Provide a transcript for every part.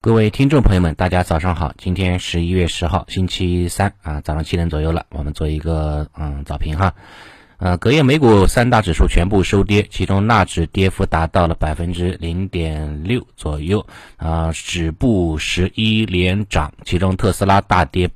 各位听众朋友们，大家早上好！今天11月10号，星期三啊，早上7点左右了，我们做一个早评哈。隔夜美股三大指数全部收跌，其中纳指跌幅达到了0.6%左右，止步11连涨，其中特斯拉大跌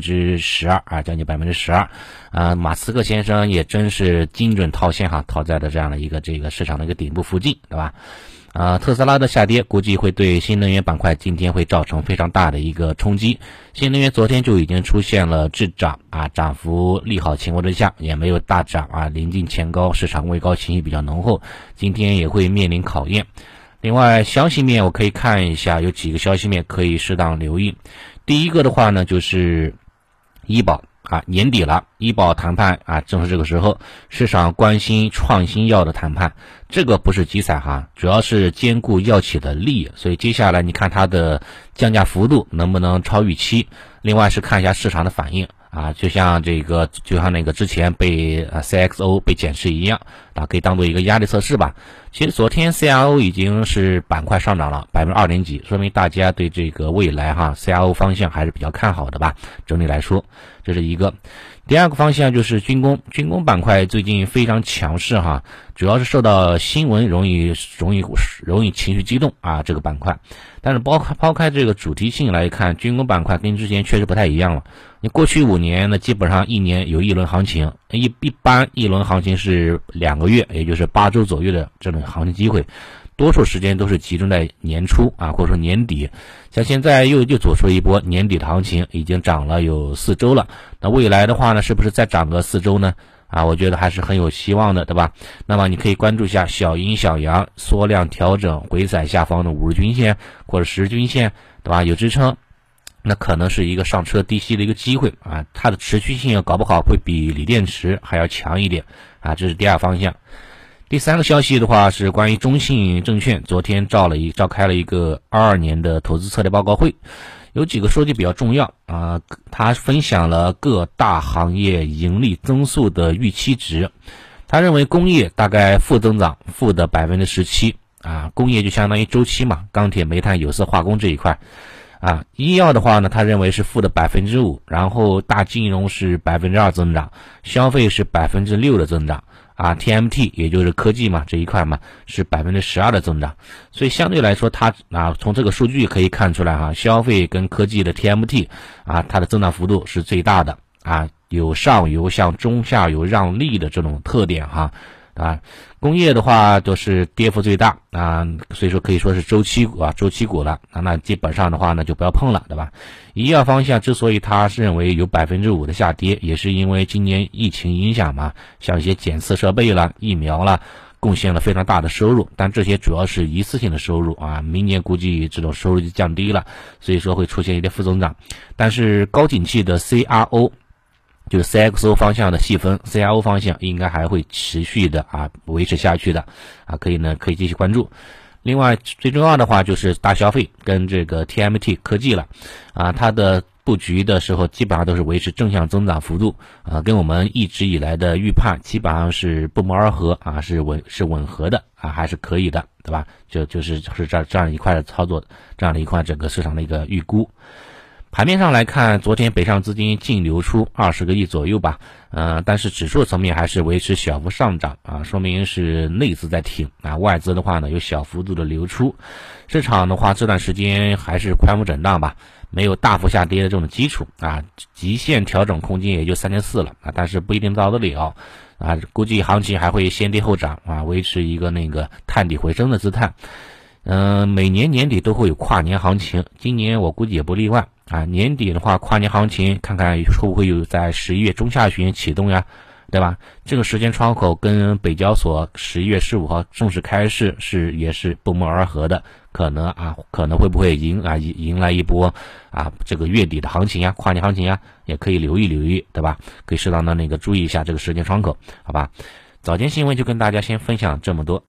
12%啊，将近12%。马斯克先生也真是精准套现哈，套在了这样的一个市场的一个顶部附近，对吧？特斯拉的下跌估计会对新能源板块今天会造成非常大的一个冲击。新能源昨天就已经出现了滞涨啊，涨幅利好情况之下也没有大涨啊，临近前高，市场位高情绪比较浓厚，今天也会面临考验。另外消息面我可以看一下，有几个消息面可以适当留意。第一个的话呢，就是医保年底了，医保谈判正是这个时候，市场关心创新药的谈判，这个不是集采哈，主要是兼顾药企的利益，所以接下来你看它的降价幅度能不能超预期，另外是看一下市场的反应就像那个之前被CXO 被减持一样可以当做一个压力测试吧。其实昨天 CRO 已经是板块上涨了2%几，说明大家对这个未来CRO 方向还是比较看好的吧，整体来说这是一个。第二个方向就是军工板块最近非常强势主要是受到新闻容易情绪激动这个板块。但是抛开这个主题性来看，军工板块跟之前确实不太一样了。你过去5年呢，基本上一年有一轮行情，一般一轮行情是2个月，也就是8周左右的这种行情机会，多数时间都是集中在年初或者说年底。像现在又走出了一波年底的行情，已经涨了有4周了。那未来的话呢，是不是再涨个4周呢？我觉得还是很有希望的，对吧？那么你可以关注一下小阴小阳缩量调整回踩下方的5日均线或者10日均线，对吧？有支撑，那可能是一个上车低吸的一个机会它的持续性搞不好会比锂电池还要强一点这是第二方向。第三个消息的话是关于中信证券昨天召开了一个22年的投资策略报告会，有几个数据比较重要他分享了各大行业盈利增速的预期值。他认为工业大概负增长，负的17%工业就相当于周期嘛，钢铁、煤炭、有色、化工这一块医药的话呢，他认为是负的5%，然后大金融是2%增长，消费是6%的增长TMT 也就是科技嘛这一块嘛是12%的增长。所以相对来说它从这个数据可以看出来消费跟科技的 TMT 它的增长幅度是最大的有上游向中下游让利的这种特点工业的话都是跌幅最大所以说可以说是周期股了那基本上的话呢就不要碰了，对吧？医药方向之所以他是认为有5%的下跌，也是因为今年疫情影响嘛，像一些检测设备啦、疫苗啦贡献了非常大的收入，但这些主要是一次性的收入明年估计这种收入就降低了，所以说会出现一些负增长。但是高景气的 CRO就是 CXO 方向的细分 CRO 方向应该还会持续的维持下去的可以继续关注。另外最重要的话就是大消费跟这个 TMT 科技了它的布局的时候基本上都是维持正向增长幅度跟我们一直以来的预判基本上是不谋而合是吻合的还是可以的，对吧？就是这样一块的操作，这样的一块整个市场的一个预估。盘面上来看，昨天北上资金净流出20个亿左右吧，但是指数层面还是维持小幅上涨说明是内资在挺外资的话呢有小幅度的流出。市场的话这段时间还是宽幅震荡吧，没有大幅下跌的这种基础极限调整空间也就3.4了但是不一定到得了估计行情还会先跌后涨维持一个探底回升的姿态。每年年底都会有跨年行情，今年我估计也不例外年底的话跨年行情看看会不会有在11月中下旬启动呀，对吧？这个时间窗口跟北交所11月15号正式开市也是不谋而合的，可能会不会迎来一波这个月底的行情跨年行情也可以留意，对吧？可以适当的注意一下这个时间窗口，好吧？早间新闻就跟大家先分享这么多。